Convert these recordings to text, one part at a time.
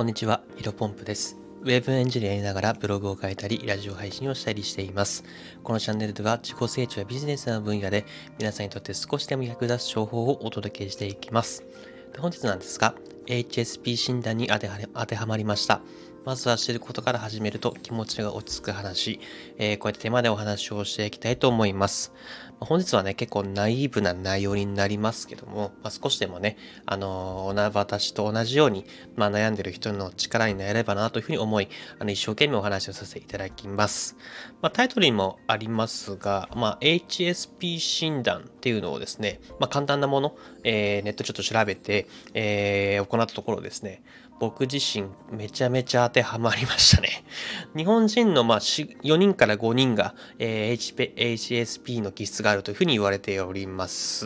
こんにちは、ヒロポンプです。ウェブエンジニアやりながらブログを書いたり、ラジオ配信をしたりしています。このチャンネルでは自己成長やビジネスの分野で皆さんにとって少しでも役立つ情報をお届けしていきます。本日なんですが、HSP 診断に当てはまりました。まずは知ることから始めると気持ちが落ち着く話、こうやって手間でお話をしていきたいと思います。本日はね、結構ナイーブな内容になりますけども、少しでもね、私と同じように、悩んでる人の力になれればなというふうに思い、一生懸命お話をさせていただきます。タイトルにもありますが、HSP 診断っていうのをですね、簡単なもの、ネットちょっと調べて、行ったところですね、僕自身めちゃめちゃ当てはまりましたね。日本人の4人から5人が、HSP の気質があるというふうに言われております。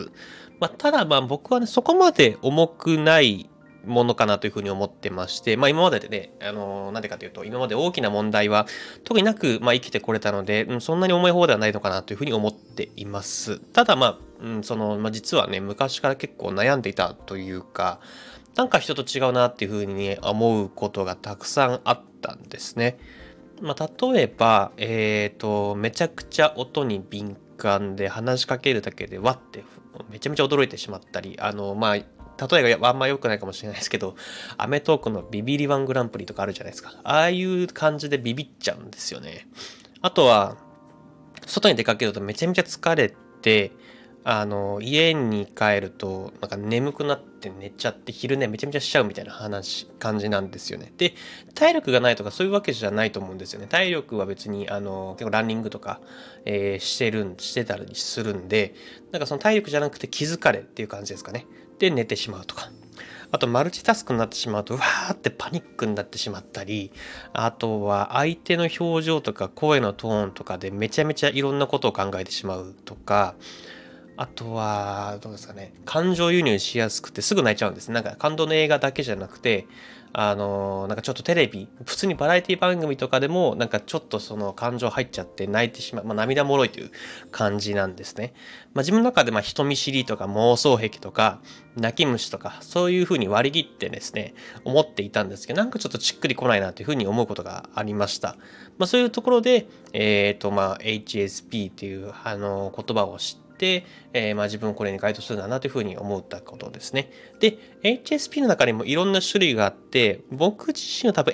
ただ僕はね、そこまで重くないものかなというふうに思ってまして、今まででね、なんでかというと、今まで大きな問題は特になく、生きてこれたので、そんなに重い方ではないのかなというふうに思っています。ただ実はね、昔から結構悩んでいたというか、なんか人と違うなっていうふうにね、思うことがたくさんあったんですね。例えば、めちゃくちゃ音に敏感で話しかけるだけでわってめちゃめちゃ驚いてしまったり、例えがあんま良くないかもしれないですけど、アメトーークのビビリワングランプリとかあるじゃないですか。ああいう感じでビビっちゃうんですよね。あとは、外に出かけるとめちゃめちゃ疲れて、家に帰ると、なんか眠くなって寝ちゃって、昼寝めちゃめちゃしちゃうみたいな感じなんですよね。で、体力がないとかそういうわけじゃないと思うんですよね。体力は別に、結構ランニングとか、してたりするんで、なんかその体力じゃなくて気疲れっていう感じですかね。で、寝てしまうとか。あと、マルチタスクになってしまうと、うわーってパニックになってしまったり、あとは相手の表情とか声のトーンとかでめちゃめちゃいろんなことを考えてしまうとか、あとは、どうですかね、感情移入しやすくてすぐ泣いちゃうんです。なんか感動の映画だけじゃなくて、なんかちょっとテレビ、普通にバラエティ番組とかでも、なんかちょっとその感情入っちゃって泣いてしまう、涙もろいという感じなんですね。自分の中で人見知りとか妄想癖とか、泣き虫とか、そういうふうに割り切ってですね、思っていたんですけど、なんかちょっとしっくりこないなというふうに思うことがありました。そういうところで、HSP っていう、言葉を知って、自分をこれに該当するんだなというふうに思ったことですね。で、HSP の中にもいろんな種類があって、僕自身は多分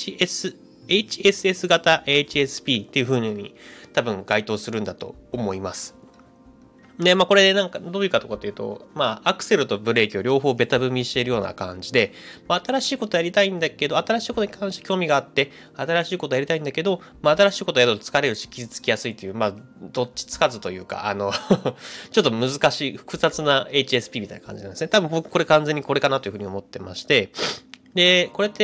HSS 型 HSP っていうふうに多分該当するんだと思います。で、これなんかどういうかとかというと、アクセルとブレーキを両方ベタ踏みしているような感じで、新しいことやりたいんだけど、新しいことに関して興味があって、新しいことやりたいんだけど、新しいことやると疲れるし傷つきやすいという、どっちつかずというか、ちょっと難しい、複雑な HSP みたいな感じなんですね。多分僕これ完全にこれかなというふうに思ってまして、で、これって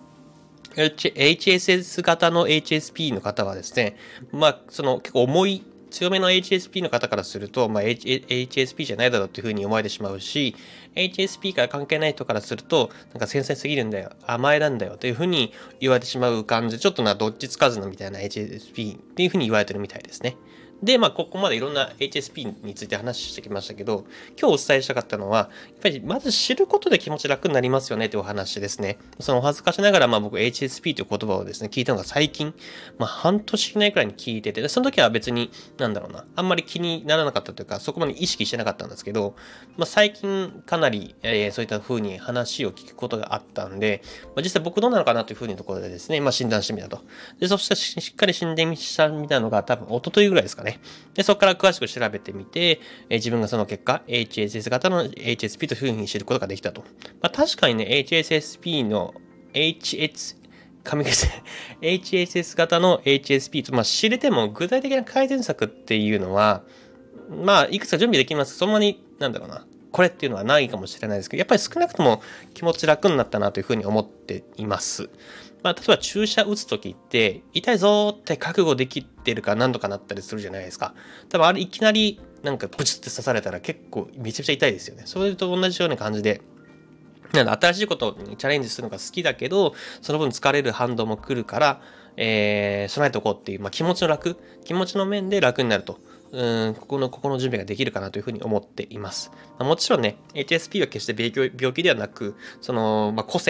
、HSS 型の HSP の方はですね、結構重い強めの HSP の方からすると、HSP じゃないだろうというふうに思われてしまうし、HSP から関係ない人からすると、なんか繊細すぎるんだよ、甘えなんだよというふうに言われてしまう感じで、ちょっとどっちつかずのみたいな HSP っていうふうに言われてるみたいですね。で、ここまでいろんな HSP について話してきましたけど、今日お伝えしたかったのは、やっぱりまず知ることで気持ち楽になりますよねというお話ですね。そのお恥ずかしながら、僕 HSP という言葉をですね、聞いたのが最近、半年以内くらいに聞いてて、その時は別に、あんまり気にならなかったというか、そこまで意識してなかったんですけど、最近かなり、そういった風に話を聞くことがあったんで、実際僕どうなのかなという風にところでですね、診断してみたと。で、そしてしっかり診断してみたのが多分一昨日ぐらいですかね。で、そこから詳しく調べてみて、自分がその結果、HSS 型の HSP という風に知ることができたと。確かにね、HSSP の HSS 型の HSP と、知れても具体的な改善策っていうのは、いくつか準備できます。そんなに、これっていうのはないかもしれないですけど、やっぱり少なくとも気持ち楽になったなというふうに思っています。例えば注射打つときって、痛いぞーって覚悟できてるか何度かなったりするじゃないですか。多分あれいきなりなんかブチって刺されたら結構めちゃくちゃ痛いですよね。それと同じような感じで、新しいことにチャレンジするのが好きだけど、その分疲れる反動も来るから、備えておこうっていう、気持ちの面で楽になると。ここの準備ができるかなというふうに思っています。もちろんね、HSP は決して病気ではなく、個性と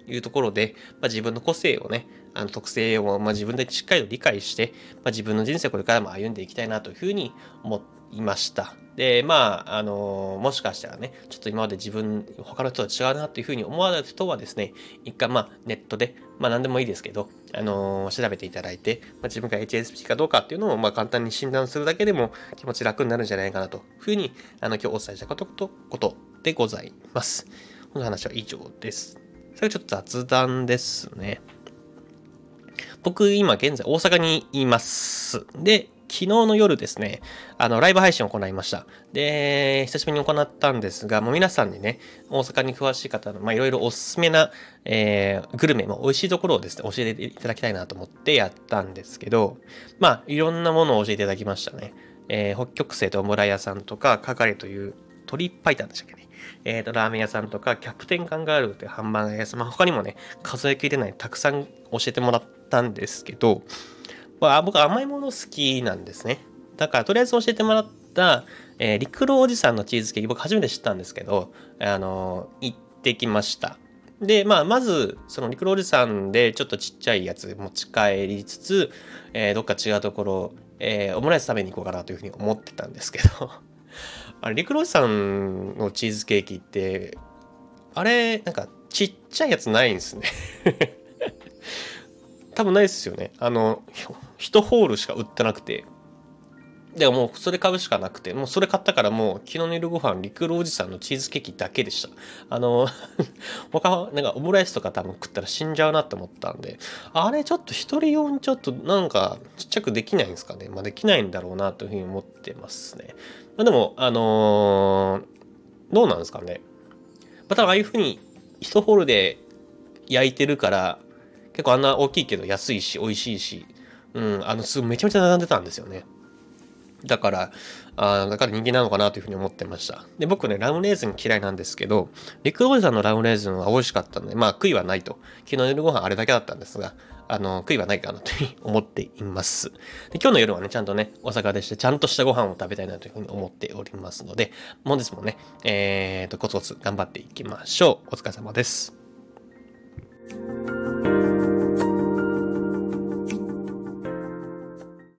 いうところで、自分の個性をね、特性を、自分でしっかりと理解して、自分の人生をこれからも歩んでいきたいなというふうに思いました。で、もしかしたらね、ちょっと今まで他の人と違うなというふうに思われた人はですね、一回ネットで、何でもいいですけど、調べていただいて、自分が HSP かどうかっていうのを、簡単に診断するだけでも気持ち楽になるんじゃないかなというふうに、今日お伝えしたことでございます。この話は以上です。それちょっと雑談ですね。僕、今現在大阪にいます。で、昨日の夜ですね、ライブ配信を行いました。で、久しぶりに行ったんですが、もう皆さんにね、大阪に詳しい方の、いろいろおすすめな、グルメ、美味しいところをですね、教えていただきたいなと思ってやったんですけど、いろんなものを教えていただきましたね。北極星とオムライ屋さんとか、かかれという鶏白湯でしたっけね。ラーメン屋さんとか、キャプテンカンガルーというハンバーガー屋さん、他にもね、数えきれないたくさん教えてもらったんですけど、僕甘いもの好きなんですね。だからとりあえず教えてもらった、陸路おじさんのチーズケーキ、僕初めて知ったんですけど、行ってきました。で、まず、その陸路おじさんでちょっとちっちゃいやつ持ち帰りつつ、どっか違うところ、オムライス食べに行こうかなというふうに思ってたんですけど、陸路おじさんのチーズケーキって、あれ、なんかちっちゃいやつないんですね。多分ないですよね。1ホールしか売ってなくて。でもうそれ買うしかなくて、もうそれ買ったからもう昨日の夜ご飯、陸路おじさんのチーズケーキだけでした。他はなんかオムライスとか多分食ったら死んじゃうなって思ったんで、あれちょっと一人用にちょっとなんかちっちゃくできないんですかね。できないんだろうなというふうに思ってますね。でも、どうなんですかね。多分ああいうふうに1ホールで焼いてるから、結構あんな大きいけど安いし美味しいし、すごいめちゃめちゃ並んでたんですよね。だから人気なのかなというふうに思ってました。で、僕ね、ラムレーズン嫌いなんですけど、陸王子さんのラムレーズンは美味しかったので、悔いはないと。昨日の夜ご飯あれだけだったんですが、悔いはないかなというふうに思っています。で、今日の夜はね、ちゃんとね、大阪でして、ちゃんとしたご飯を食べたいなというふうに思っておりますので、本日もね、コツコツ頑張っていきましょう。お疲れ様です。